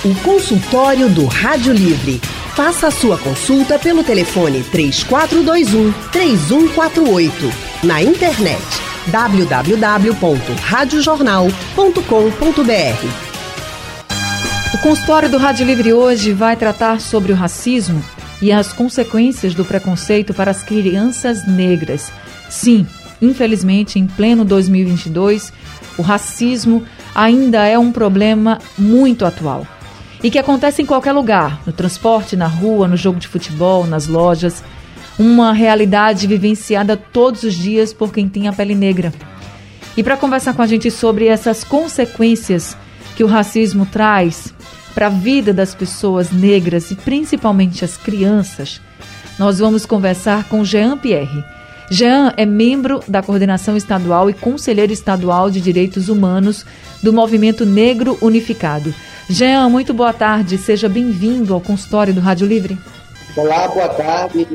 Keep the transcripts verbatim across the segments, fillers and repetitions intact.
O consultório do Rádio Livre. Faça a sua consulta pelo telefone três quatro dois um, três um quatro oito. Na internet w w w ponto rádio jornal ponto com ponto b r. O consultório do Rádio Livre hoje vai tratar sobre o racismo e as consequências do preconceito para as crianças negras. Sim, infelizmente, em pleno dois mil e vinte e dois, o racismo ainda é um problema muito atual. E que acontece em qualquer lugar, no transporte, na rua, no jogo de futebol, nas lojas. Uma realidade vivenciada todos os dias por quem tem a pele negra. E para conversar com a gente sobre essas consequências que o racismo traz para a vida das pessoas negras e principalmente as crianças, nós vamos conversar com Jean Pierre. Jean é membro da Coordenação Estadual e Conselheiro Estadual de Direitos Humanos do Movimento Negro Unificado. Jean, muito boa tarde, seja bem-vindo ao consultório do Rádio Livre. Olá, boa tarde,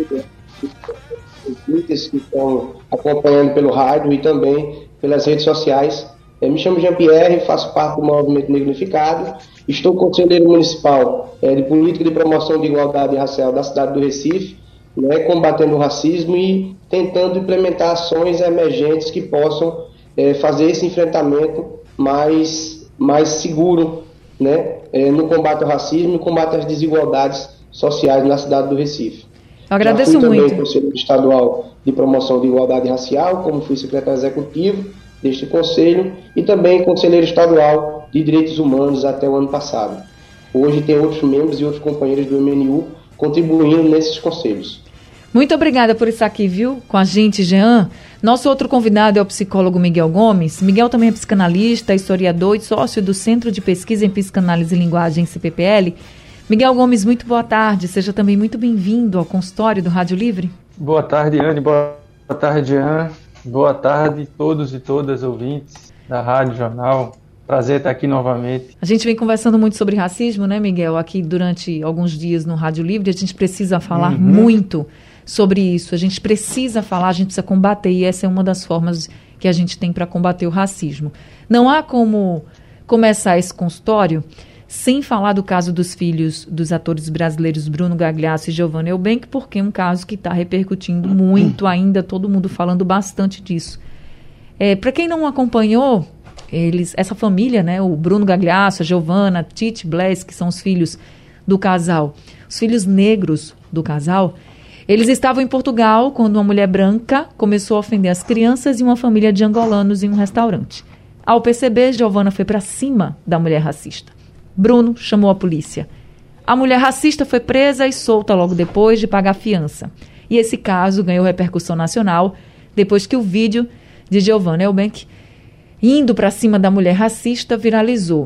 os que estão acompanhando pelo rádio e também pelas redes sociais. Eu me chamo Jean Pierre, faço parte do Movimento Negro Unificado, estou conselheiro municipal é, de Política de Promoção de Igualdade Racial da cidade do Recife, né, combatendo o racismo e tentando implementar ações emergentes que possam é, fazer esse enfrentamento mais, mais seguro, né, é, no combate ao racismo e combate às desigualdades sociais na cidade do Recife. Eu agradeço Já fui muito. também Conselheiro Estadual de Promoção de Igualdade Racial, como fui secretário executivo deste conselho, e também Conselheiro Estadual de Direitos Humanos até o ano passado. Hoje tem outros membros e outros companheiros do M N U contribuindo nesses conselhos. Muito obrigada por estar aqui, viu, com a gente, Jean. Nosso outro convidado é o psicólogo Miguel Gomes. Miguel também é psicanalista, historiador e sócio do Centro de Pesquisa em Psicanálise e Linguagem, C P P L. Miguel Gomes, muito boa tarde. Seja também muito bem-vindo ao consultório do Rádio Livre. Boa tarde, Anne. Boa tarde, Jean. Boa tarde a todos e todas ouvintes da Rádio Jornal. Prazer estar aqui novamente. A gente vem conversando muito sobre racismo, né, Miguel? Aqui durante alguns dias no Rádio Livre, a gente precisa falar uhum. muito sobre isso. A gente precisa falar, a gente precisa combater, e essa é uma das formas que a gente tem para combater o racismo. Não há como começar esse consultório sem falar do caso dos filhos dos atores brasileiros Bruno Gagliasso e Giovanna Eubank, porque é um caso que está repercutindo muito ainda, todo mundo falando bastante disso. É, para quem não acompanhou, eles, essa família, né, o Bruno Gagliasso, a Giovanna, Tite Bless, que são os filhos do casal, os filhos negros do casal, eles estavam em Portugal quando uma mulher branca começou a ofender as crianças e uma família de angolanos em um restaurante. Ao perceber, Giovanna foi para cima da mulher racista. Bruno chamou a polícia. A mulher racista foi presa e solta logo depois de pagar fiança. E esse caso ganhou repercussão nacional depois que o vídeo de Giovanna Eubank indo para cima da mulher racista viralizou.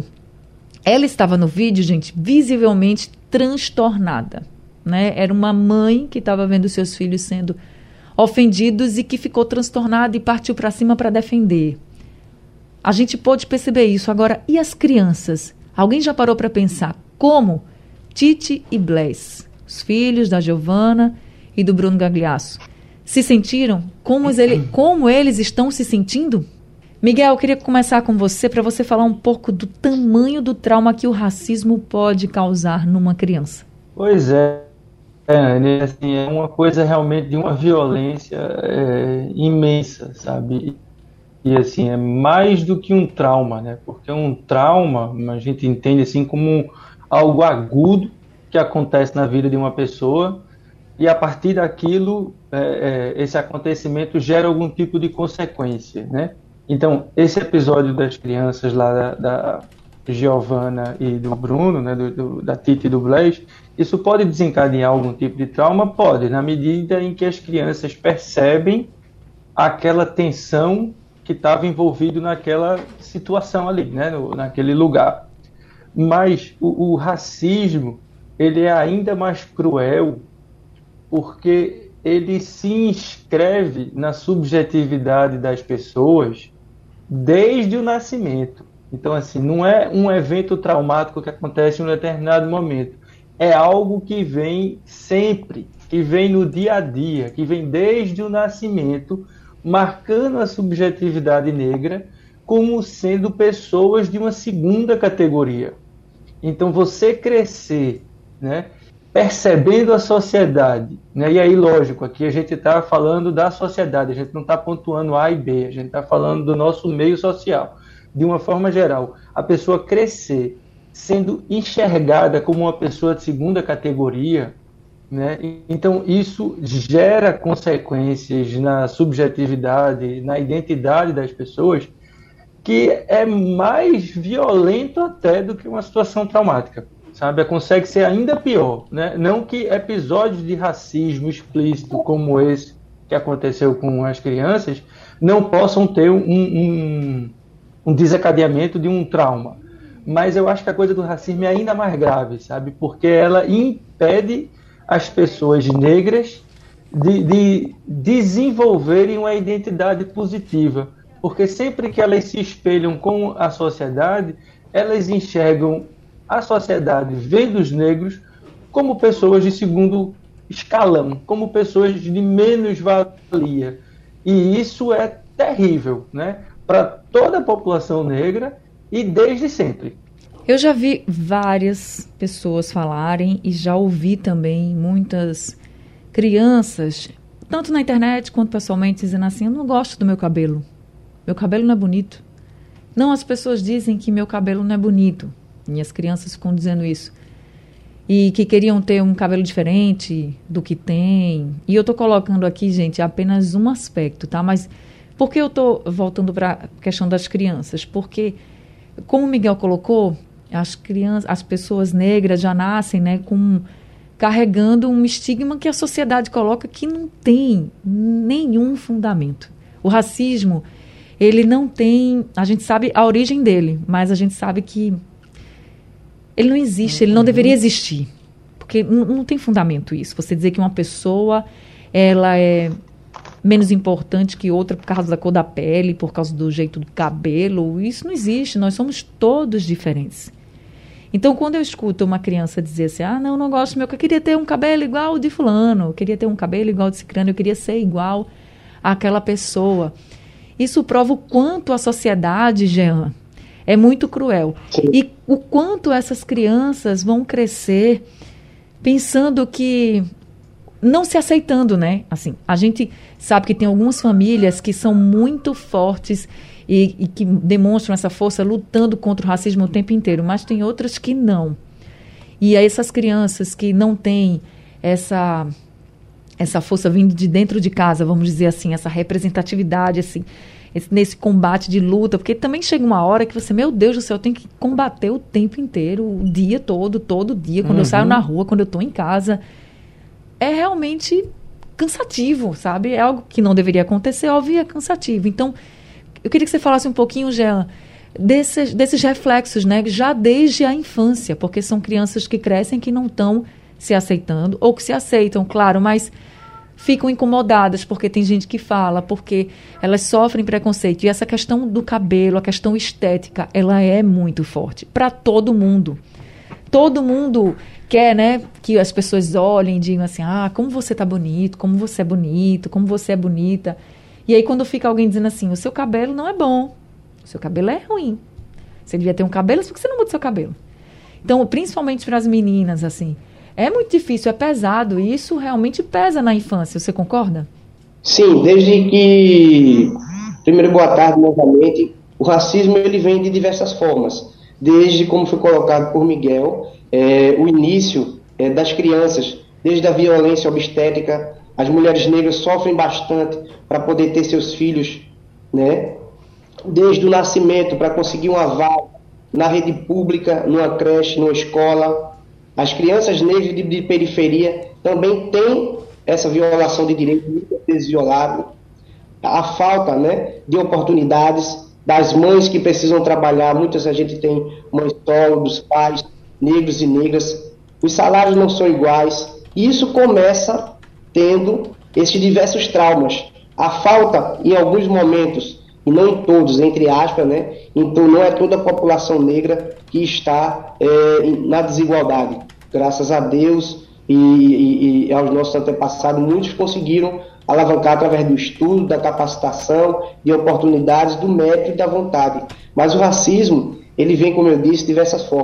Ela estava no vídeo, gente, visivelmente transtornada, né? Era uma mãe que estava vendo seus filhos sendo ofendidos e que ficou transtornada e partiu para cima para defender. A gente pôde perceber isso. Agora, e as crianças? Alguém já parou para pensar como Tite e Bless, os filhos da Giovanna e do Bruno Gagliasso, se sentiram? Como, ele, como eles estão se sentindo? Miguel, eu queria começar com você para você falar um pouco do tamanho do trauma que o racismo pode causar numa criança. Pois é, é, assim, é uma coisa realmente de uma violência é, imensa, sabe? E assim, é mais do que um trauma, né? Porque um trauma, a gente entende assim como algo agudo que acontece na vida de uma pessoa e a partir daquilo, é, é, esse acontecimento gera algum tipo de consequência, né? Então, esse episódio das crianças lá da, da Giovanna e do Bruno, né? Do, do, da Tite e do Blaise, isso pode desencadear algum tipo de trauma? Pode, na medida em que as crianças percebem aquela tensão que estava envolvido naquela situação ali, né, no, naquele lugar. Mas o, o racismo, ele é ainda mais cruel porque ele se inscreve na subjetividade das pessoas desde o nascimento. Então, assim, não é um evento traumático que acontece em um determinado momento. É algo que vem sempre, que vem no dia a dia, que vem desde o nascimento, marcando a subjetividade negra como sendo pessoas de uma segunda categoria. Então, você crescer, né, percebendo a sociedade, né, e aí, lógico, aqui a gente está falando da sociedade, a gente não está pontuando A e B, a gente está falando do nosso meio social. De uma forma geral, a pessoa crescer sendo enxergada como uma pessoa de segunda categoria, né? Então isso gera consequências na subjetividade, na identidade das pessoas, que é mais violento até do que uma situação traumática, sabe? Consegue ser ainda pior, né? Não que episódios de racismo explícito como esse que aconteceu com as crianças não possam ter um, um, um desencadeamento de um trauma, mas eu acho que a coisa do racismo é ainda mais grave, sabe? Porque ela impede as pessoas negras de, de desenvolverem uma identidade positiva, porque sempre que elas se espelham com a sociedade, elas enxergam a sociedade, vendo os negros como pessoas de segundo escalão, como pessoas de menos valia. E isso é terrível, né, para toda a população negra e desde sempre. Eu já vi várias pessoas falarem e já ouvi também muitas crianças, tanto na internet quanto pessoalmente, dizendo assim: eu não gosto do meu cabelo. Meu cabelo não é bonito. Não, as pessoas dizem que meu cabelo não é bonito. Minhas crianças ficam dizendo isso. E que queriam ter um cabelo diferente do que tem. E eu estou colocando aqui, gente, apenas um aspecto, tá? Mas por que eu estou voltando para a questão das crianças? Porque, como o Miguel colocou, as crianças, as pessoas negras já nascem, né, com, carregando um estigma que a sociedade coloca que não tem nenhum fundamento. O racismo, ele não tem... A gente sabe a origem dele, mas a gente sabe que ele não existe, ele não deveria existir. Porque não, não tem fundamento isso. Você dizer que uma pessoa, ela é menos importante que outra por causa da cor da pele, por causa do jeito do cabelo, isso não existe. Nós somos todos diferentes. Então, quando eu escuto uma criança dizer assim: ah, não, não gosto do meu, eu queria ter um cabelo igual ao de fulano, eu queria ter um cabelo igual ao de cicrano, eu queria ser igual àquela pessoa. Isso prova o quanto a sociedade, Jean, é muito cruel. Sim. E o quanto essas crianças vão crescer pensando que... não se aceitando, né? Assim, a gente sabe que tem algumas famílias que são muito fortes e, e que demonstram essa força lutando contra o racismo o tempo inteiro, mas tem outras que não. E aí essas crianças que não têm essa, essa força vindo de dentro de casa, vamos dizer assim, essa representatividade, assim, esse, nesse combate de luta, porque também chega uma hora que você, meu Deus do céu, eu tenho que combater o tempo inteiro, o dia todo, todo dia, quando uhum. eu saio na rua, quando eu estou em casa. É realmente cansativo, sabe? É algo que não deveria acontecer, óbvio, é cansativo. Então, eu queria que você falasse um pouquinho, Jean, desses, desses reflexos, né? Já desde a infância, porque são crianças que crescem que não estão se aceitando, ou que se aceitam, claro, mas ficam incomodadas, porque tem gente que fala, porque elas sofrem preconceito. E essa questão do cabelo, a questão estética, ela é muito forte para todo mundo. Todo mundo quer, né, que as pessoas olhem e digam assim: ah, como você tá bonito, como você é bonito, como você é bonita. E aí quando fica alguém dizendo assim: o seu cabelo não é bom, o seu cabelo é ruim, você devia ter um cabelo, por que você não muda o seu cabelo? Então, principalmente para as meninas, assim, é muito difícil, é pesado, e isso realmente pesa na infância, você concorda? Sim, desde que... Primeiro, boa tarde novamente. O racismo, ele vem de diversas formas. Desde, como foi colocado por Miguel, é, o início é, das crianças, desde a violência obstétrica, as mulheres negras sofrem bastante para poder ter seus filhos, né? Desde o nascimento, para conseguir uma vaga na rede pública, numa creche, numa escola. As crianças negras de, de periferia também têm essa violação de direitos, muitas vezes violado. A falta, né, de oportunidades das mães que precisam trabalhar, muitas a gente tem mães solo, dos pais, negros e negras, os salários não são iguais, e isso começa tendo esses diversos traumas. A falta, em alguns momentos, e não em todos, entre aspas, né, então não é toda a população negra que está é, na desigualdade. Graças a Deus e, e, e aos nossos antepassados, muitos conseguiram alavancar através do estudo, da capacitação, de oportunidades, do mérito e da vontade. Mas o racismo, ele vem, como eu disse, de diversas formas.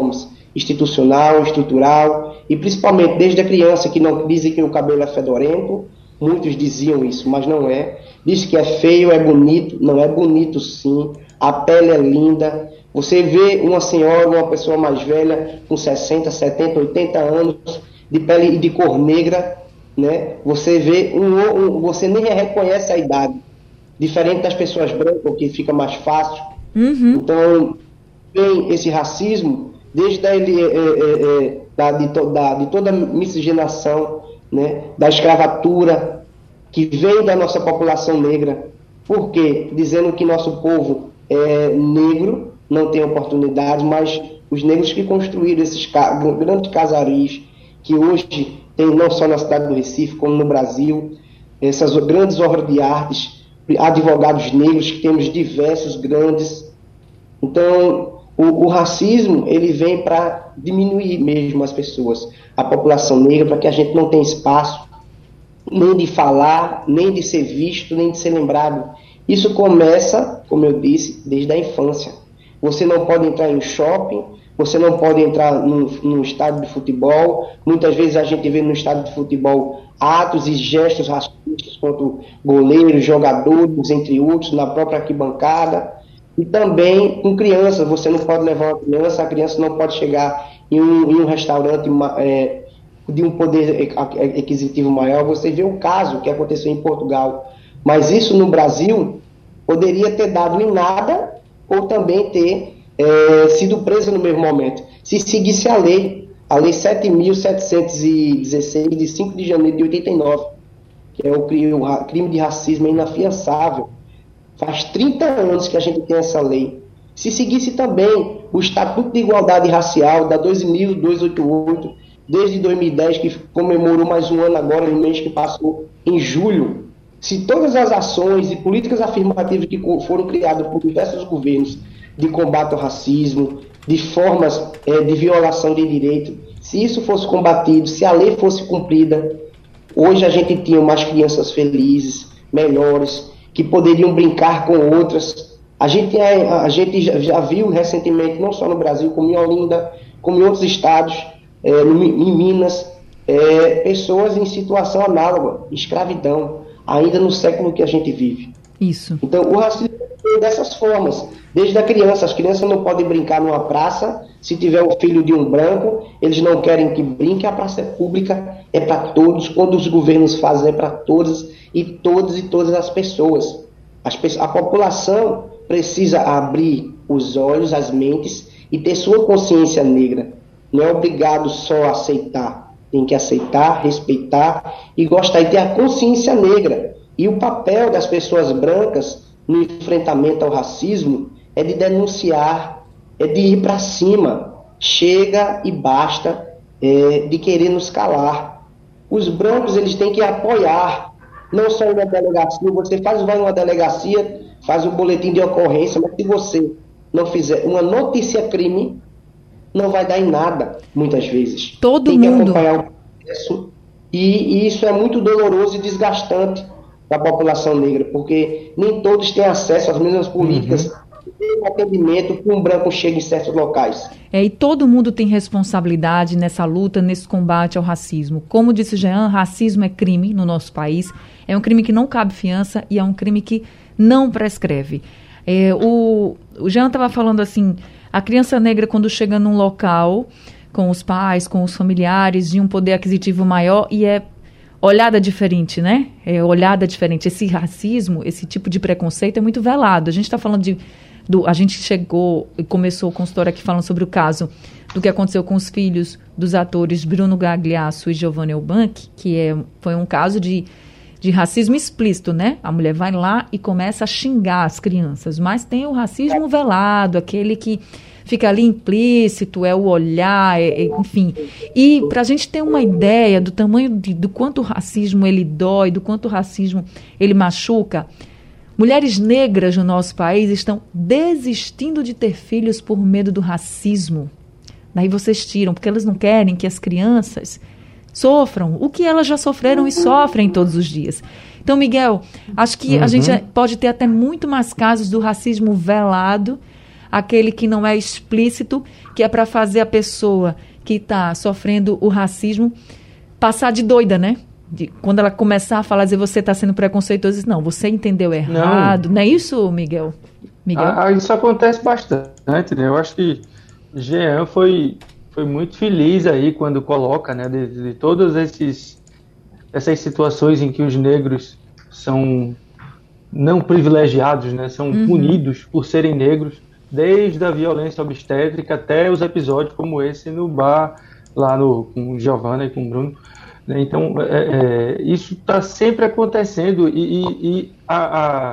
institucional, estrutural, e principalmente desde a criança, que não dizem que o cabelo é fedorento, muitos diziam isso, mas não é. Diz que é feio, é bonito, não é bonito sim, a pele é linda. Você vê uma senhora, uma pessoa mais velha, com sessenta, setenta, oitenta anos, de pele e de cor negra, né? Você vê, um, um, você nem reconhece a idade, diferente das pessoas brancas, que fica mais fácil. Uhum. Então, vem esse racismo desde a, é, é, é, da, de, to, da, de toda a miscigenação, né, da escravatura que vem da nossa população negra. Por quê? Dizendo que nosso povo é negro, não tem oportunidade, mas os negros que construíram esses grandes casaris, que hoje tem não só na cidade do Recife, como no Brasil, essas grandes obras de artes, advogados negros, que temos diversos grandes. Então, o, o racismo, ele vem para diminuir mesmo as pessoas, a população negra, para que a gente não tenha espaço nem de falar, nem de ser visto, nem de ser lembrado. Isso começa, como eu disse, desde a infância. Você não pode entrar em um shopping, você não pode entrar num, num estádio de futebol. Muitas vezes a gente vê no estádio de futebol atos e gestos racistas contra goleiros, jogadores, entre outros, na própria arquibancada. E também com crianças, você não pode levar uma criança, a criança não pode chegar em um, em um restaurante é, de um poder aquisitivo maior. Você vê o caso que aconteceu em Portugal. Mas isso no Brasil poderia ter dado em nada ou também ter é, sido preso no mesmo momento. Se seguisse a lei, a lei sete mil setecentos e dezesseis, de cinco de janeiro de oitenta e nove, que é o crime, o crime de racismo inafiançável. Faz trinta anos que a gente tem essa lei. Se seguisse também o Estatuto de Igualdade Racial, da dois mil duzentos e oitenta e oito, desde dois mil e dez, que comemorou mais um ano agora, no mês que passou, em julho, se todas as ações e políticas afirmativas que foram criadas por diversos governos de combate ao racismo, de formas é, de violação de direito, se isso fosse combatido, se a lei fosse cumprida, hoje a gente tinha mais crianças felizes, melhores, que poderiam brincar com outras. A gente, a, a gente já, já viu recentemente, não só no Brasil, como em Olinda, como em outros estados, é, no, em Minas, é, pessoas em situação análoga, escravidão, ainda no século que a gente vive. Isso. Então, o racismo é dessas formas. Desde a criança, as crianças não podem brincar numa praça, se tiver o filho de um branco, eles não querem que brinque, a praça é pública, é para todos, quando os governos fazem é para todas e todas e todas as pessoas. As pessoas. A população precisa abrir os olhos, as mentes e ter sua consciência negra. Não é obrigado só a aceitar, tem que aceitar, respeitar e gostar, e ter a consciência negra. E o papel das pessoas brancas no enfrentamento ao racismo é de denunciar, é de ir para cima. Chega e basta é, de querer nos calar. Os brancos, eles têm que apoiar, não só em uma delegacia. Você faz, vai em uma delegacia, faz um boletim de ocorrência, mas se você não fizer uma notícia crime, não vai dar em nada, muitas vezes. Todo tem mundo. que acompanhar o processo, e, e isso é muito doloroso e desgastante da população negra, porque nem todos têm acesso às mesmas políticas, uhum. atendimento que um branco chega em certos locais. É, e todo mundo tem responsabilidade nessa luta, nesse combate ao racismo. Como disse Jean, racismo é crime no nosso país, é um crime que não cabe fiança e é um crime que não prescreve. É, o, o Jean estava falando assim, a criança negra quando chega num local com os pais, com os familiares, de um poder aquisitivo maior, e é olhada diferente, né? É olhada diferente. Esse racismo, esse tipo de preconceito é muito velado. A gente está falando de... Do, a gente chegou e começou com a história aqui falando sobre o caso do que aconteceu com os filhos dos atores Bruno Gagliasso e Giovanna Eubank, que é, foi um caso de, de racismo explícito, né? A mulher vai lá e começa a xingar as crianças, mas tem o racismo velado, aquele que fica ali implícito, é o olhar, é, é, enfim. E para a gente ter uma ideia do tamanho, de, do quanto o racismo ele dói, do quanto o racismo ele machuca, mulheres negras no nosso país estão desistindo de ter filhos por medo do racismo. Daí vocês tiram, porque elas não querem que as crianças sofram o que elas já sofreram e sofrem todos os dias. Então, Miguel, acho que uhum. a gente pode ter até muito mais casos do racismo velado, aquele que não é explícito, que é para fazer a pessoa que está sofrendo o racismo passar de doida, né? De, quando ela começar a falar, dizer, você está sendo preconceituoso, não, você entendeu errado. Não, não é isso, Miguel? Miguel? Ah, isso acontece bastante, né? Eu acho que Jean foi, foi muito feliz aí quando coloca, né, de, de todas esses, essas situações em que os negros são não privilegiados, né, são uhum. punidos por serem negros, desde a violência obstétrica até os episódios como esse no bar, lá no, com Giovana e com o Bruno. Então, é, é, isso está sempre acontecendo e, e, e a, a,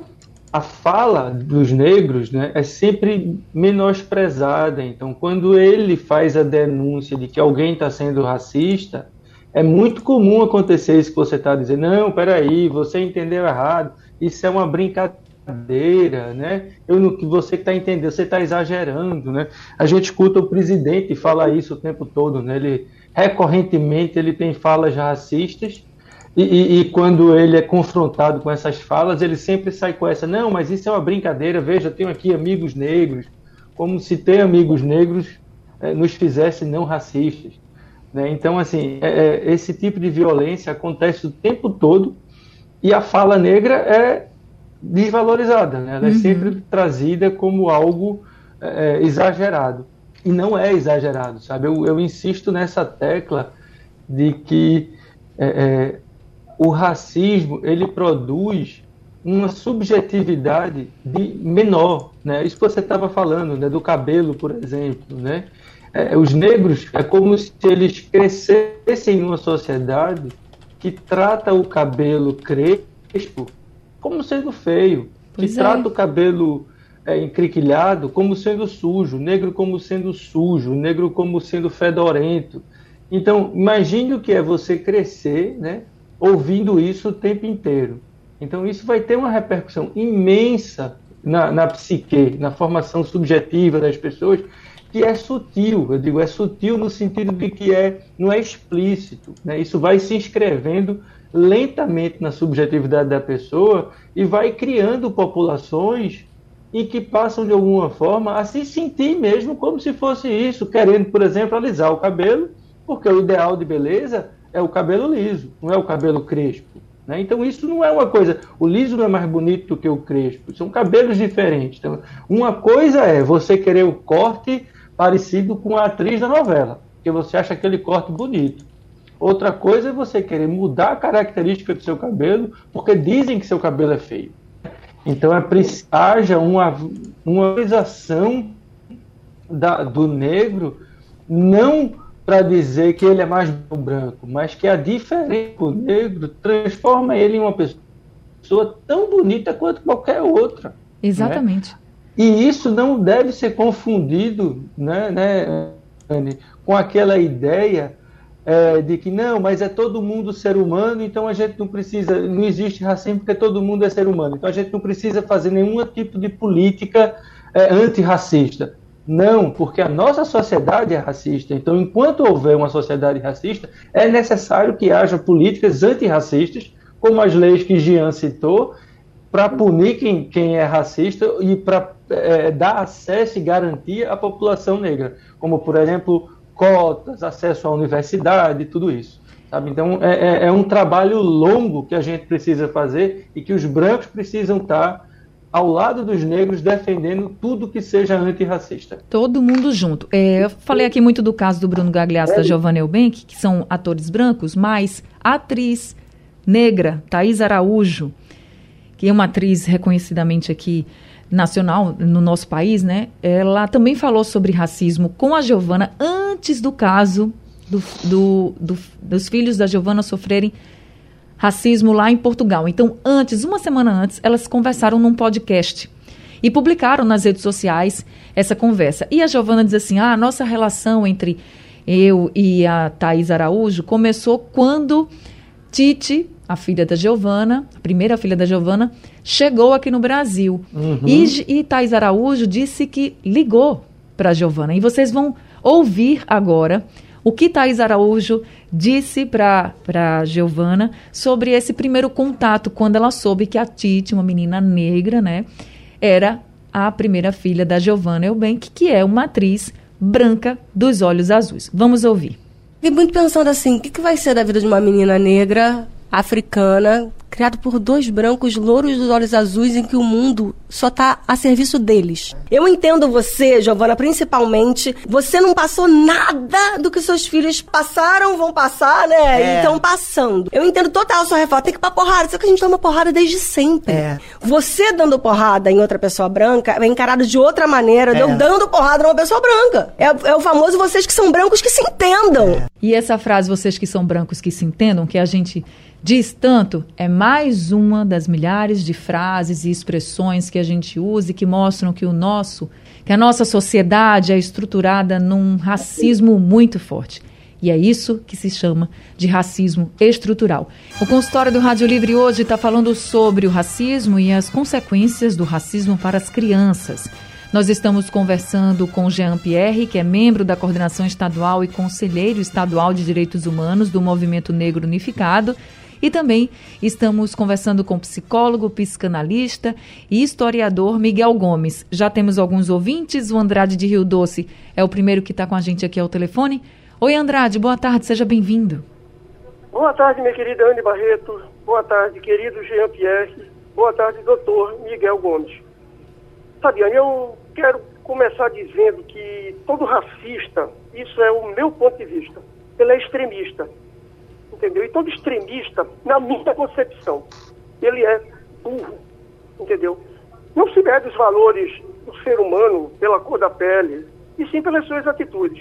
a fala dos negros, né, é sempre menosprezada. Então, quando ele faz a denúncia de que alguém está sendo racista, é muito comum acontecer isso que você está dizendo. Não, peraí, você entendeu errado, isso é uma brincadeira, né? Eu não, que você que está entendendo, você está exagerando, né? A gente escuta o presidente falar isso o tempo todo, né? Ele recorrentemente ele tem falas racistas e, e, e quando ele é confrontado com essas falas, ele sempre sai com essa, não, mas isso é uma brincadeira, veja, eu tenho aqui amigos negros, como se ter amigos negros eh, nos fizesse não racistas, né? Então, assim, é, é, esse tipo de violência acontece o tempo todo e a fala negra é desvalorizada, né? Ela é uhum. sempre trazida como algo é, exagerado. E não é exagerado, sabe? Eu, eu insisto nessa tecla de que é, é, o racismo, ele produz uma subjetividade de menor, né? Isso que você estava falando, né? Do cabelo, por exemplo, né? É, os negros, é como se eles crescessem numa sociedade que trata o cabelo crespo como sendo feio, pois que é. trata o cabelo É, encriquilhado como sendo sujo, negro como sendo sujo, negro como sendo fedorento. Então, imagine o que é você crescer, né, ouvindo isso o tempo inteiro. Então, isso vai ter uma repercussão imensa na, na psique, na formação subjetiva das pessoas, que é sutil. Eu digo, é sutil no sentido de que é, não é explícito, né? Isso vai se inscrevendo lentamente na subjetividade da pessoa e vai criando populações e que passam, de alguma forma, a se sentir mesmo como se fosse isso, querendo, por exemplo, alisar o cabelo, porque o ideal de beleza é o cabelo liso, não é o cabelo crespo, né? Então, isso não é uma coisa... O liso não é mais bonito do que o crespo, são cabelos diferentes. Então, uma coisa é você querer o corte parecido com a atriz da novela, porque você acha aquele corte bonito. Outra coisa é você querer mudar a característica do seu cabelo, porque dizem que seu cabelo é feio. Então, é preciso que haja uma, uma valorização da, do negro, não para dizer que ele é mais branco, mas que a diferença do negro transforma ele em uma pessoa tão bonita quanto qualquer outra. Exatamente. Né? E isso não deve ser confundido, né, né, Anny, com aquela ideia É, de que não, mas é todo mundo ser humano, então a gente não precisa, não existe racismo porque todo mundo é ser humano, então a gente não precisa fazer nenhum tipo de política é, antirracista. Não, porque a nossa sociedade é racista, então enquanto houver uma sociedade racista, é necessário que haja políticas antirracistas, como as leis que Jean citou, para punir quem, quem é racista e para é, dar acesso e garantia à população negra, como, por exemplo, cotas, acesso à universidade, tudo isso, sabe? Então, é, é um trabalho longo que a gente precisa fazer e que os brancos precisam estar ao lado dos negros defendendo tudo que seja antirracista. Todo mundo junto. É, eu falei aqui muito do caso do Bruno Gagliasso e da Giovanna Eubank, que são atores brancos, mas a atriz negra, Thaís Araújo, que é uma atriz reconhecidamente aqui nacional no nosso país, né? Ela também falou sobre racismo com a Giovanna antes do caso do, do, do, dos filhos da Giovanna sofrerem racismo lá em Portugal. Então, antes, uma semana antes, elas conversaram num podcast e publicaram nas redes sociais essa conversa. E a Giovanna diz assim, ah, a nossa relação entre eu e a Thaís Araújo começou quando Titi, a filha da Giovanna, a primeira filha da Giovanna, chegou aqui no Brasil. Uhum. E, e Thaís Araújo disse que ligou para a Giovanna. E vocês vão ouvir agora o que Thaís Araújo disse para a Giovanna sobre esse primeiro contato, quando ela soube que a Titi, uma menina negra, né, era a primeira filha da Giovanna Eubank, que é uma atriz branca dos olhos azuis. Vamos ouvir. Fiquei muito pensando assim, o que, que vai ser da vida de uma menina negra, africana, criada por dois brancos louros dos olhos azuis, em que o mundo só está a serviço deles. Eu entendo você, Giovanna, principalmente, você não passou nada do que seus filhos passaram, vão passar, né? É. E estão passando. Eu entendo total a sua reforma. Tem que ir pra porrada, só que a gente toma porrada desde sempre. É. Você dando porrada em outra pessoa branca é encarado de outra maneira, é. Eu dando porrada numa pessoa branca. É, é o famoso vocês que são brancos que se entendam. É. E essa frase, vocês que são brancos que se entendam, que a gente diz tanto, é mais uma das milhares de frases e expressões que a gente usa e que mostram que o nosso, que a nossa sociedade é estruturada num racismo muito forte. E é isso que se chama de racismo estrutural. O consultório do Rádio Livre hoje está falando sobre o racismo e as consequências do racismo para as crianças. Nós estamos conversando com Jean Pierre, que é membro da Coordenação Estadual e Conselheiro Estadual de Direitos Humanos do Movimento Negro Unificado. E também estamos conversando com o psicólogo, psicanalista e historiador Miguel Gomes. Já temos alguns ouvintes. O Andrade de Rio Doce é o primeiro que está com a gente aqui ao telefone. Oi, Andrade, boa tarde, seja bem-vindo. Boa tarde, minha querida Anne Barreto. Boa tarde, querido Jean Pierre. Boa tarde, doutor Miguel Gomes. Sabe, Anne, eu quero começar dizendo que todo racista, isso é o meu ponto de vista, ele é extremista. Entendeu? E todo extremista, na minha concepção, ele é burro, entendeu? Não se mede os valores do ser humano pela cor da pele, e sim pelas suas atitudes,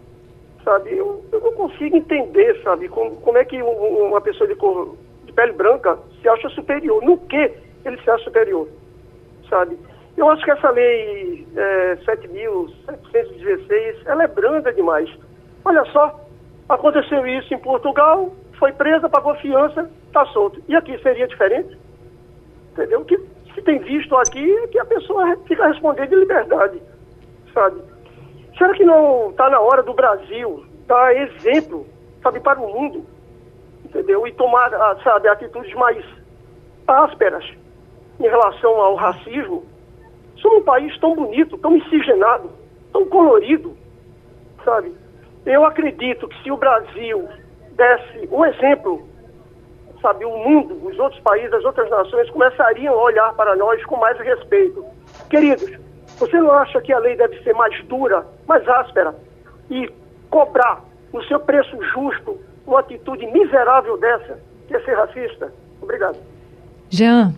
sabe? Eu, eu não consigo entender, sabe, como, como é que um, uma pessoa de cor de pele branca se acha superior. No que ele se acha superior, sabe? Eu acho que essa lei é, sete mil setecentos e dezesseis, ela é branda demais. Olha só, aconteceu isso em Portugal, foi presa, pagou fiança, está solto. E aqui seria diferente? Entendeu? O que se tem visto aqui é que a pessoa fica respondendo de liberdade, sabe? Será que não está na hora do Brasil dar exemplo, sabe, para o mundo, entendeu? E tomar, sabe, atitudes mais ásperas em relação ao racismo? Somos um país tão bonito, tão miscigenado, tão colorido, sabe? Eu acredito que se o Brasil desse um exemplo, sabe, o mundo, os outros países, as outras nações começariam a olhar para nós com mais respeito. Queridos, você não acha que a lei deve ser mais dura, mais áspera e cobrar o seu preço justo uma atitude miserável dessa, que é ser racista? Obrigado. Jean.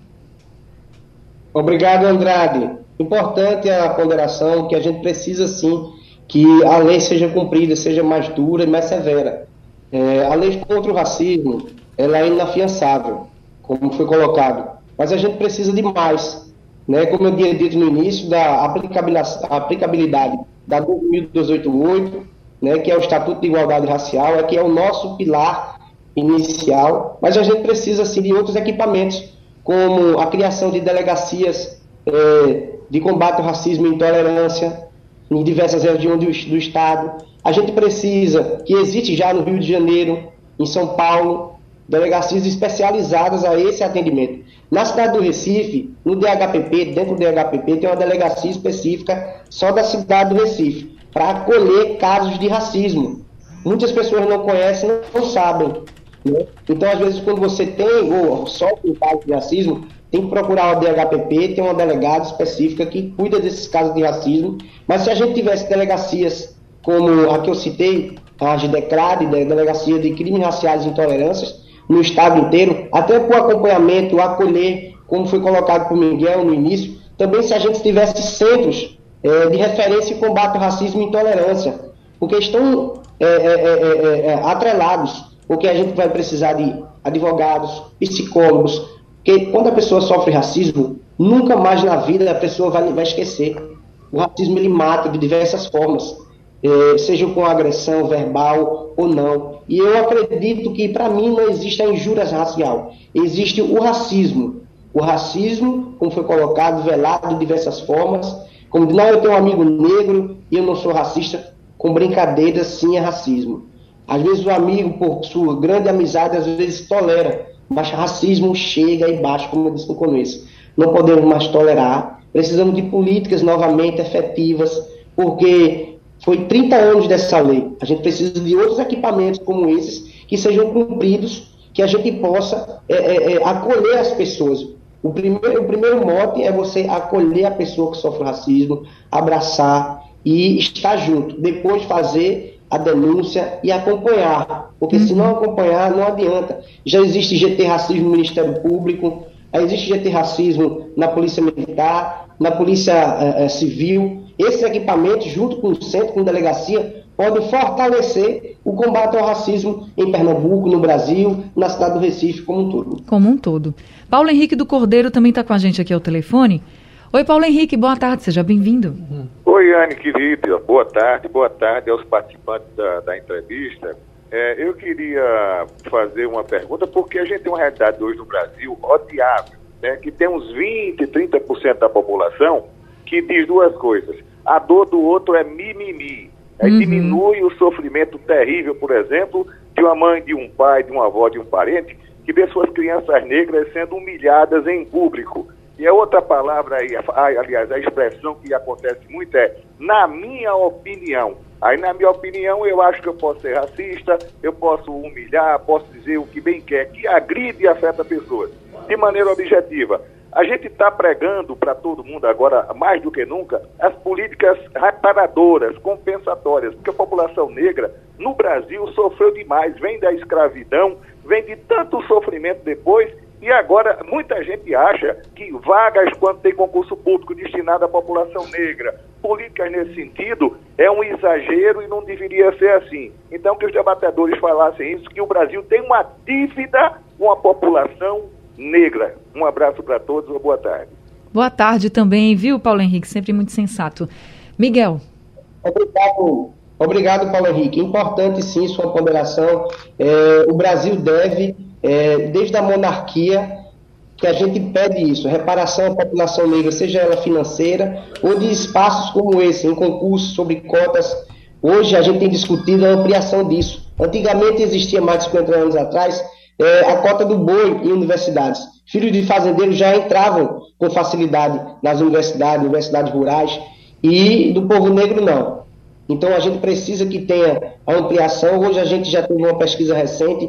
Obrigado, Andrade. Importante a ponderação que a gente precisa, sim, que a lei seja cumprida, seja mais dura e mais severa. É, a lei contra o racismo, ela é inafiançável, como foi colocado, mas a gente precisa de mais, né? Como eu tinha dito no início, da aplicabilidade da dois mil duzentos e oitenta e oito, né, que é o Estatuto de Igualdade Racial, é que é o nosso pilar inicial, mas a gente precisa, sim, de outros equipamentos, como a criação de delegacias é, de combate ao racismo e intolerância, em diversas regiões do, do Estado. A gente precisa, que existe já no Rio de Janeiro, em São Paulo, delegacias especializadas a esse atendimento. Na cidade do Recife, no D H P P, dentro do D H P P, tem uma delegacia específica só da cidade do Recife, para acolher casos de racismo. Muitas pessoas não conhecem, não sabem, né? Então, às vezes, quando você tem ou sofre um caso de racismo, tem que procurar o D H P P, tem uma delegada específica que cuida desses casos de racismo. Mas se a gente tivesse delegacias como a que eu citei, a GDECRAD, Delegacia de Crimes Raciais e Intolerâncias, no estado inteiro, até para o acompanhamento, acolher, como foi colocado por Miguel no início, também se a gente tivesse centros é, de referência e combate ao racismo e intolerância, porque estão é, é, é, é, atrelados, porque a gente vai precisar de advogados, psicólogos, porque quando a pessoa sofre racismo, nunca mais na vida a pessoa vai, vai esquecer. O racismo, ele mata de diversas formas, eh, seja com agressão verbal ou não. E eu acredito que, para mim, não existe a injúria racial. Existe o racismo. O racismo, como foi colocado, velado de diversas formas, como de, não, eu tenho um amigo negro e eu não sou racista, com brincadeira, sim, é racismo. Às vezes o amigo, por sua grande amizade, às vezes tolera, mas racismo chega e baixa, como eu disse no começo. Não podemos mais tolerar, Precisamos de políticas novamente efetivas, porque foi trinta anos dessa lei. A gente precisa de outros equipamentos como esses que sejam cumpridos, que a gente possa é, é, é, acolher as pessoas. O primeiro, o primeiro mote é você acolher a pessoa que sofre racismo, abraçar e estar junto. Depois fazer a denúncia e acompanhar, porque se não acompanhar não adianta. Já existe G T Racismo no Ministério Público, existe G T Racismo na Polícia Militar, na Polícia eh, Civil. Esses equipamentos, junto com o centro, com a delegacia, podem fortalecer o combate ao racismo em Pernambuco, no Brasil, na cidade do Recife, como um todo. Como um todo. Paulo Henrique do Cordeiro também está com a gente aqui ao telefone. Oi, Paulo Henrique, boa tarde, seja bem-vindo. Uhum. Oi, Anne, querida, boa tarde, boa tarde aos participantes da, da entrevista. É, eu queria fazer uma pergunta, porque a gente tem uma realidade hoje no Brasil odiável, né, que tem uns vinte, trinta por cento da população que diz duas coisas. A dor do outro é mimimi. Aí uhum. diminui o sofrimento terrível, por exemplo, de uma mãe, de um pai, de uma avó, de um parente, que vê suas crianças negras sendo humilhadas em público. E a outra palavra aí, aliás, a expressão que acontece muito é, na minha opinião. Aí, na minha opinião, eu acho que eu posso ser racista, eu posso humilhar, posso dizer o que bem quer, que agride e afeta pessoas, de maneira objetiva. A gente está pregando para todo mundo agora, mais do que nunca, as políticas reparadoras, compensatórias, porque a população negra no Brasil sofreu demais, vem da escravidão, vem de tanto sofrimento depois, e agora muita gente acha que vagas, quando tem concurso público destinado à população negra, políticas nesse sentido, é um exagero e não deveria ser assim. Então que os debatedores falassem isso, que o Brasil tem uma dívida com a população negra. Um abraço para todos, uma boa tarde. Boa tarde também, viu, Paulo Henrique? Sempre muito sensato. Miguel. Obrigado, obrigado Paulo Henrique. Importante, sim, sua ponderação. É, o Brasil deve, é, desde a monarquia, que a gente pede isso, reparação à população negra, seja ela financeira ou de espaços como esse, em concursos sobre cotas. Hoje a gente tem discutido a ampliação disso. Antigamente existia, mais de cinquenta anos atrás, É, a cota do boi em universidades. Filhos de fazendeiros já entravam com facilidade nas universidades, universidades rurais, e do povo negro não. Então a gente precisa que tenha a ampliação. Hoje a gente já teve uma pesquisa recente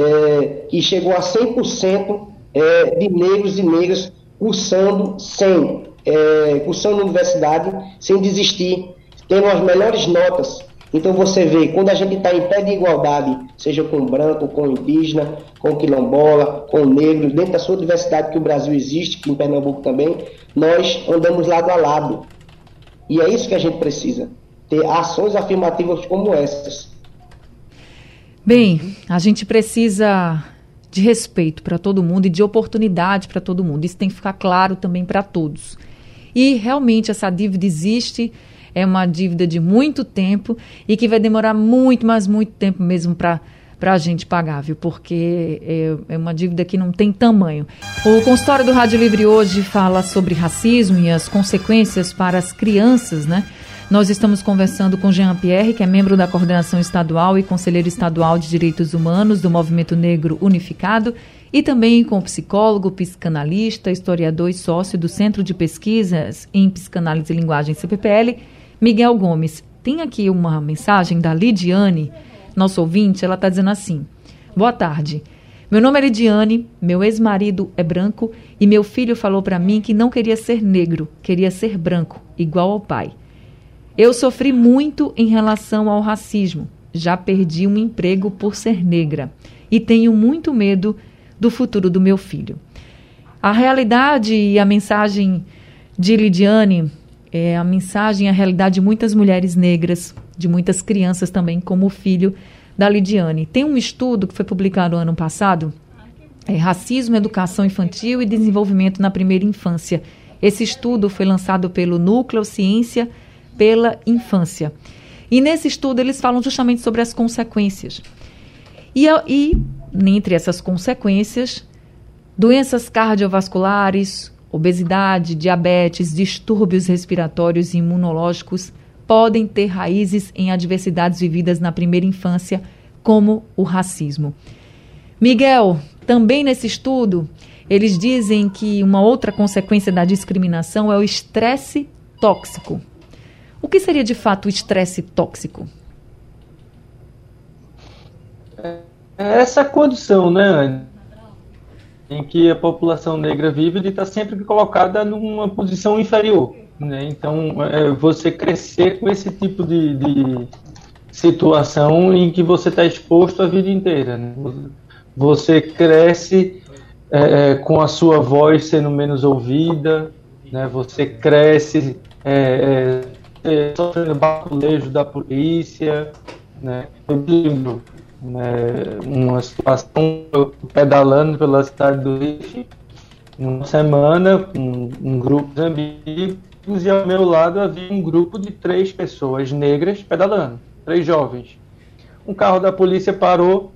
é, que chegou a cem por cento é, de negros e negras cursando sem, é, cursando na universidade, sem desistir, tendo as melhores notas. Então você vê, quando a gente está em pé de igualdade, seja com o branco, com o indígena, com o quilombola, com o negro, dentro da sua diversidade que o Brasil existe, que em Pernambuco também, nós andamos lado a lado. E é isso que a gente precisa, ter ações afirmativas como essas. Bem, a gente precisa de respeito para todo mundo e de oportunidade para todo mundo. Isso tem que ficar claro também para todos. E realmente essa dívida existe. É uma dívida de muito tempo e que vai demorar muito, mas muito tempo mesmo para a gente pagar, viu? Porque é, é uma dívida que não tem tamanho. O consultório do Rádio Livre hoje fala sobre racismo e as consequências para as crianças, né? Nós estamos conversando com Jean Pierre, que é membro da coordenação estadual e conselheiro estadual de direitos humanos do Movimento Negro Unificado, e também com o psicólogo, psicanalista, historiador e sócio do Centro de Pesquisas em Psicanálise e Linguagem, C P P L, Miguel Gomes. Tem aqui uma mensagem da Lidiane, nosso ouvinte. Ela está dizendo assim: boa tarde, meu nome é Lidiane, meu ex-marido é branco e meu filho falou para mim que não queria ser negro, queria ser branco, igual ao pai. Eu sofri muito em relação ao racismo, já perdi um emprego por ser negra e tenho muito medo do futuro do meu filho. A realidade e a mensagem de Lidiane é a mensagem, a realidade de muitas mulheres negras, de muitas crianças também, como o filho da Lidiane. Tem um estudo que foi publicado no ano passado, é Racismo, Educação Infantil e Desenvolvimento na Primeira Infância. Esse estudo foi lançado pelo Núcleo Ciência pela Infância. E nesse estudo eles falam justamente sobre as consequências. E, e entre essas consequências, doenças cardiovasculares, obesidade, diabetes, distúrbios respiratórios e imunológicos podem ter raízes em adversidades vividas na primeira infância, como o racismo. Miguel, também nesse estudo, eles dizem que uma outra consequência da discriminação é o estresse tóxico. O que seria de fato o estresse tóxico? É essa condição, né, em que a população negra vive de estar sempre colocada numa posição inferior, né? Então, é, você crescer com esse tipo de, de situação em que você está exposto a vida inteira, né? Você cresce é, com a sua voz sendo menos ouvida, né? Você cresce é, é, sofrendo baculejo da polícia, né? Eu lembro, né, uma situação, eu pedalando pela cidade do Recife, uma semana, com um grupo de amigos, e ao meu lado havia um grupo de três pessoas negras pedalando, três jovens. Um carro da polícia parou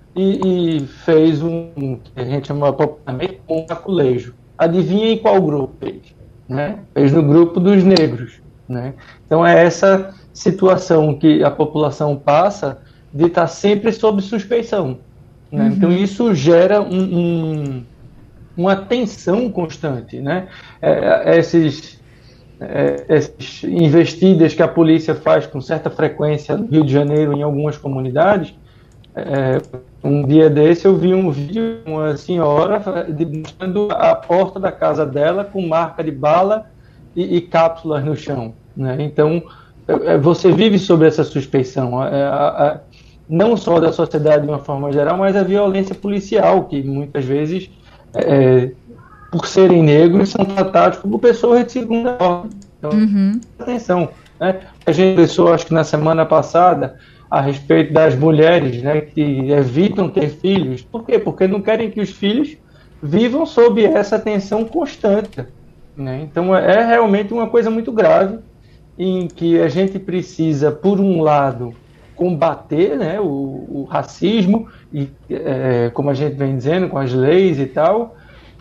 e, e fez um, um, que a gente chama popularmente, um baculejo. Adivinhem qual grupo fez? Né? Fez no grupo dos negros. Né? Então é essa situação que a população passa de estar sempre sob suspeição. Né? Uhum. Então isso gera um, um, uma tensão constante. Né? É, esses, é, essas investidas que a polícia faz com certa frequência no Rio de Janeiro, em algumas comunidades, é, um dia desse eu vi um vídeo de uma senhora mostrando a porta da casa dela com marca de bala e, e cápsulas no chão. Né? Então você vive sob essa suspeição. A, a, a, não só da sociedade de uma forma geral, mas a violência policial, que muitas vezes, é, por serem negros, são tratados como pessoas de segunda ordem. Então, uhum. atenção. Né? A gente pensou, acho que na semana passada, a respeito das mulheres, né, que evitam ter filhos. Por quê? Porque não querem que os filhos vivam sob essa tensão constante. Né? Então, é realmente uma coisa muito grave, em que a gente precisa, por um lado, combater, né, o, o racismo, e, é, como a gente vem dizendo, com as leis e tal.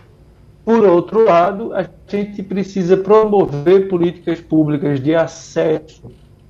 Por outro lado, a gente precisa promover políticas públicas de acesso,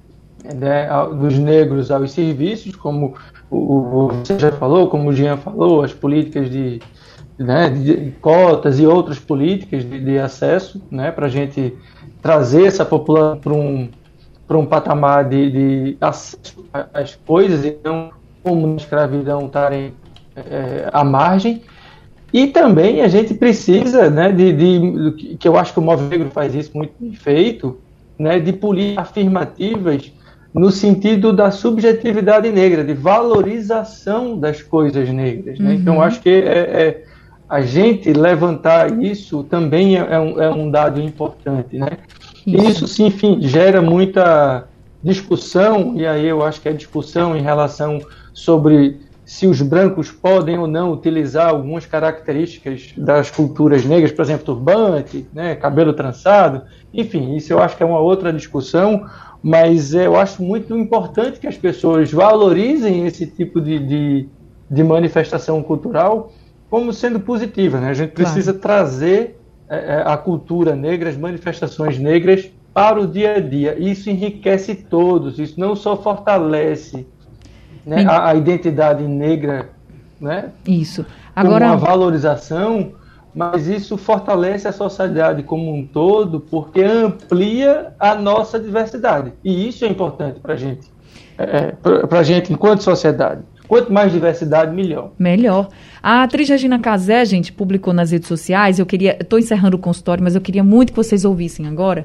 né, dos negros aos serviços, como o, o, você já falou, como o Jean falou, as políticas de, né, de cotas e outras políticas de, de acesso, né, para a gente trazer essa população para um para um patamar de, de acesso às coisas e não como na escravidão estarem é, à margem. E também a gente precisa, né, de, de, que eu acho que o Movimento Negro faz isso muito bem feito, né, de políticas afirmativas no sentido da subjetividade negra, de valorização das coisas negras. Né? Uhum. Então acho que é, é, a gente levantar isso também é, é, um, é um dado importante, né? Isso. Isso, sim, enfim, gera muita discussão, e aí eu acho que é discussão em relação sobre se os brancos podem ou não utilizar algumas características das culturas negras, por exemplo, turbante, né, cabelo trançado, enfim, isso eu acho que é uma outra discussão, mas eu acho muito importante que as pessoas valorizem esse tipo de, de, de manifestação cultural como sendo positiva, né? A gente precisa, claro, trazer a cultura negra, as manifestações negras para o dia a dia. Isso enriquece todos, isso não só fortalece, né, a, a identidade negra, né, isso. Agora, com uma valorização, mas isso fortalece a sociedade como um todo, porque amplia a nossa diversidade. E isso é importante para a gente, é, para a gente enquanto sociedade. Quanto mais diversidade, melhor. Melhor. A atriz Regina Casé, gente, publicou nas redes sociais, eu queria, estou encerrando o consultório, mas eu queria muito que vocês ouvissem agora.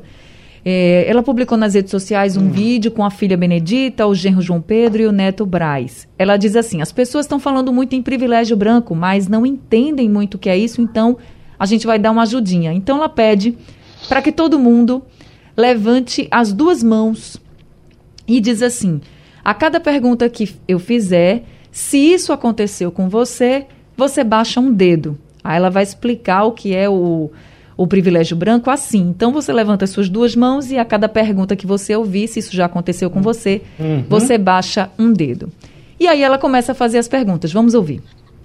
É, ela publicou nas redes sociais um hum. vídeo com a filha Benedita, o genro João Pedro e o neto Braz. Ela diz assim: as pessoas estão falando muito em privilégio branco, mas não entendem muito o que é isso, então a gente vai dar uma ajudinha. Então ela pede para que todo mundo levante as duas mãos e diz assim: a cada pergunta que eu fizer, se isso aconteceu com você, você baixa um dedo. Aí ela vai explicar o que é o, o privilégio branco assim. Então, você levanta as suas duas mãos e a cada pergunta que você ouvir, se isso já aconteceu com você, uhum. você baixa um dedo. E aí ela começa a fazer as perguntas. Vamos ouvir.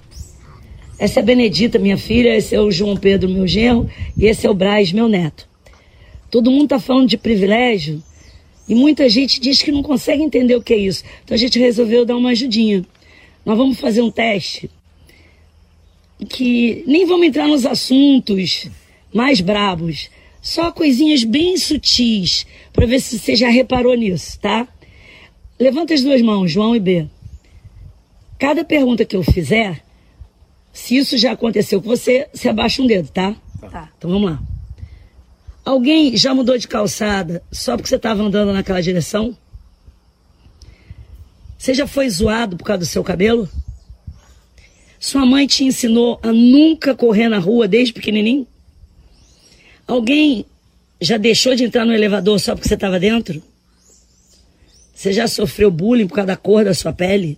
Essa é a Benedita, minha filha, esse é o João Pedro, meu genro, e esse é o Braz, meu neto. Todo mundo está falando de privilégio e muita gente diz que não consegue entender o que é isso. Então a gente resolveu dar uma ajudinha. Nós vamos fazer um teste que nem vamos entrar nos assuntos mais brabos, só coisinhas bem sutis, para ver se você já reparou nisso, tá? Levanta as duas mãos, João e B. Cada pergunta que eu fizer, se isso já aconteceu com você, você abaixa um dedo, tá? Tá. Então vamos lá. Alguém já mudou de calçada só porque você estava andando naquela direção? Você já foi zoado por causa do seu cabelo? Sua mãe te ensinou a nunca correr na rua desde pequenininho? Alguém já deixou de entrar no elevador só porque você estava dentro? Você já sofreu bullying por causa da cor da sua pele?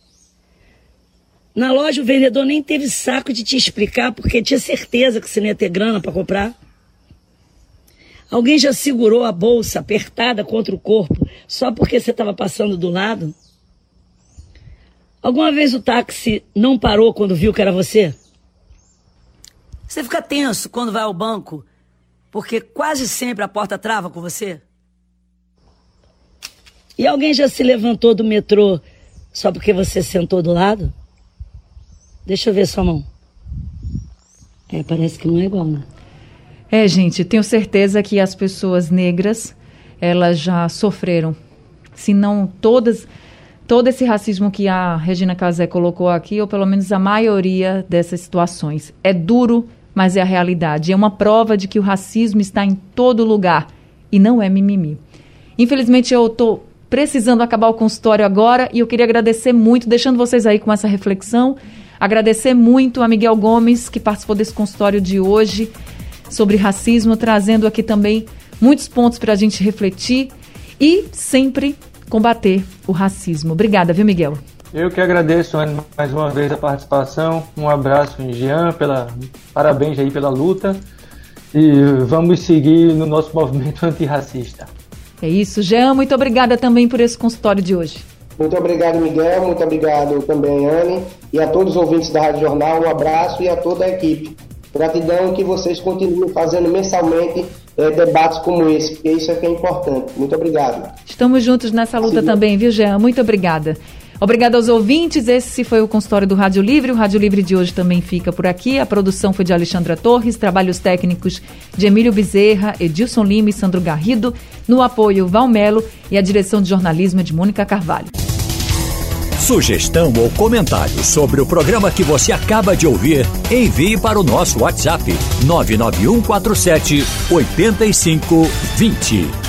Na loja o vendedor nem teve saco de te explicar porque tinha certeza que você não ia ter grana para comprar? Alguém já segurou a bolsa apertada contra o corpo só porque você estava passando do lado? Alguma vez o táxi não parou quando viu que era você? Você fica tenso quando vai ao banco porque quase sempre a porta trava com você? E alguém já se levantou do metrô só porque você sentou do lado? Deixa eu ver sua mão. É, parece que não é igual, né? É, gente, tenho certeza que as pessoas negras, elas já sofreram. Se não todas, todo esse racismo que a Regina Casé colocou aqui, ou pelo menos a maioria dessas situações. É duro, mas é a realidade. É uma prova de que o racismo está em todo lugar e não é mimimi. Infelizmente, eu estou precisando acabar o consultório agora e eu queria agradecer muito, deixando vocês aí com essa reflexão, agradecer muito a Miguel Gomes, que participou desse consultório de hoje, sobre racismo, trazendo aqui também muitos pontos para a gente refletir e sempre combater o racismo. Obrigada, viu, Miguel? Eu que agradeço, Anne, mais uma vez a participação. Um abraço em Jean, pela... parabéns aí pela luta e vamos seguir no nosso movimento antirracista. É isso, Jean, muito obrigada também por esse consultório de hoje. Muito obrigado, Miguel, muito obrigado também, Anne, e a todos os ouvintes da Rádio Jornal, um abraço e a toda a equipe. Gratidão que vocês continuem fazendo mensalmente é, debates como esse, porque isso é que é importante. Muito obrigado. Estamos juntos nessa luta Sim. também, viu, Jean? Muito obrigada. Obrigada aos ouvintes. Esse foi o consultório do Rádio Livre. O Rádio Livre de hoje também fica por aqui. A produção foi de Alexandra Torres, trabalhos técnicos de Emílio Bezerra, Edilson Lima e Sandro Garrido. No apoio, Valmelo e a direção de jornalismo é de Mônica Carvalho. Sugestão ou comentário sobre o programa que você acaba de ouvir, envie para o nosso WhatsApp nove nove um quatro sete oito cinco dois zero.